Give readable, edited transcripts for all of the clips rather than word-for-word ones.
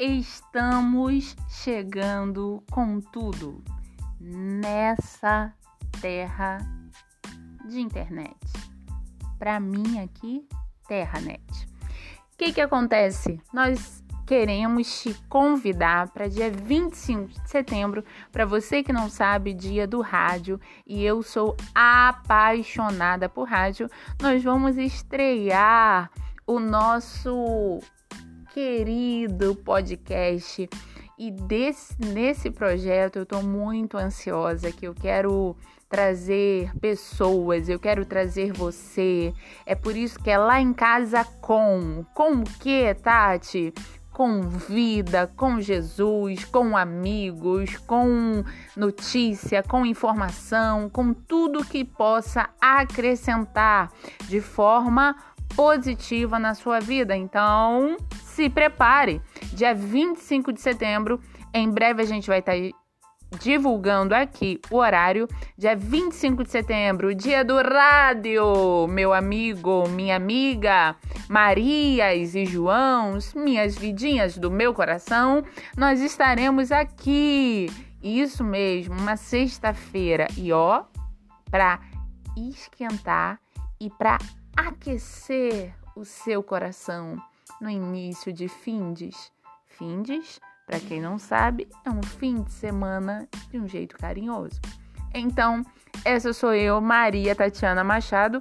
Estamos chegando com tudo nessa terra de internet. Para mim aqui, Terranet. O que acontece? Nós queremos te convidar para dia 25 de setembro, para você que não sabe, dia do rádio, e eu sou apaixonada por rádio. Nós vamos estrear o nosso querido podcast, e nesse projeto eu estou muito ansiosa, que eu quero trazer pessoas, eu quero trazer você. É por isso que é Lá em Casa com o que, Tati? Com vida, com Jesus, com amigos, com notícia, com informação, com tudo que possa acrescentar de forma positiva na sua vida. Então, se prepare. Dia 25 de setembro, em breve a gente vai estar divulgando aqui o horário. Dia 25 de setembro, dia do rádio, meu amigo, minha amiga, Marias e Joãos, minhas vidinhas do meu coração, nós estaremos aqui. Isso mesmo, uma sexta-feira. E para esquentar e para aquecer o seu coração no início de findes. Findes, para quem não sabe, é um fim de semana de um jeito carinhoso. Então, essa sou eu, Maria Tatiana Machado,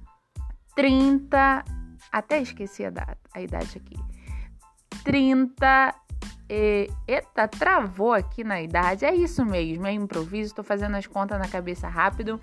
30... Até esqueci a idade aqui. 30... Eita, travou aqui na idade. É isso mesmo, é improviso, tô fazendo as contas na cabeça rápido.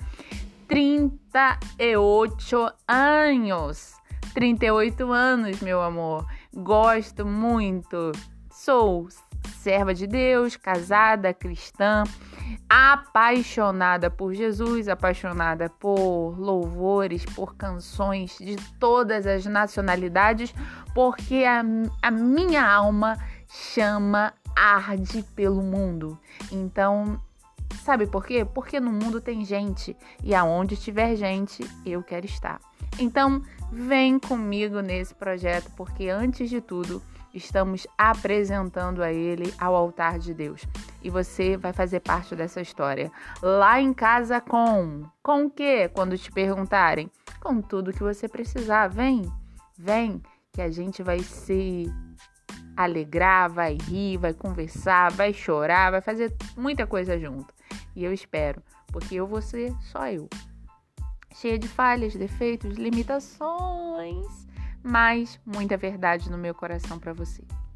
38 anos. 38 anos, meu amor. Gosto muito. Sou serva de Deus, casada, cristã, apaixonada por Jesus, apaixonada por louvores, por canções de todas as nacionalidades, porque a minha alma arde pelo mundo. Então, sabe por quê? Porque no mundo tem gente, e aonde tiver gente, eu quero estar. Então, vem comigo nesse projeto, porque antes de tudo, estamos apresentando a Ele ao altar de Deus. E você vai fazer parte dessa história. Lá em Casa com o quê? Quando te perguntarem, com tudo que você precisar. Vem, que a gente vai se alegrar, vai rir, vai conversar, vai chorar, vai fazer muita coisa junto. E eu espero, porque eu vou ser só eu. Cheia de falhas, defeitos, limitações, mas muita verdade no meu coração para você.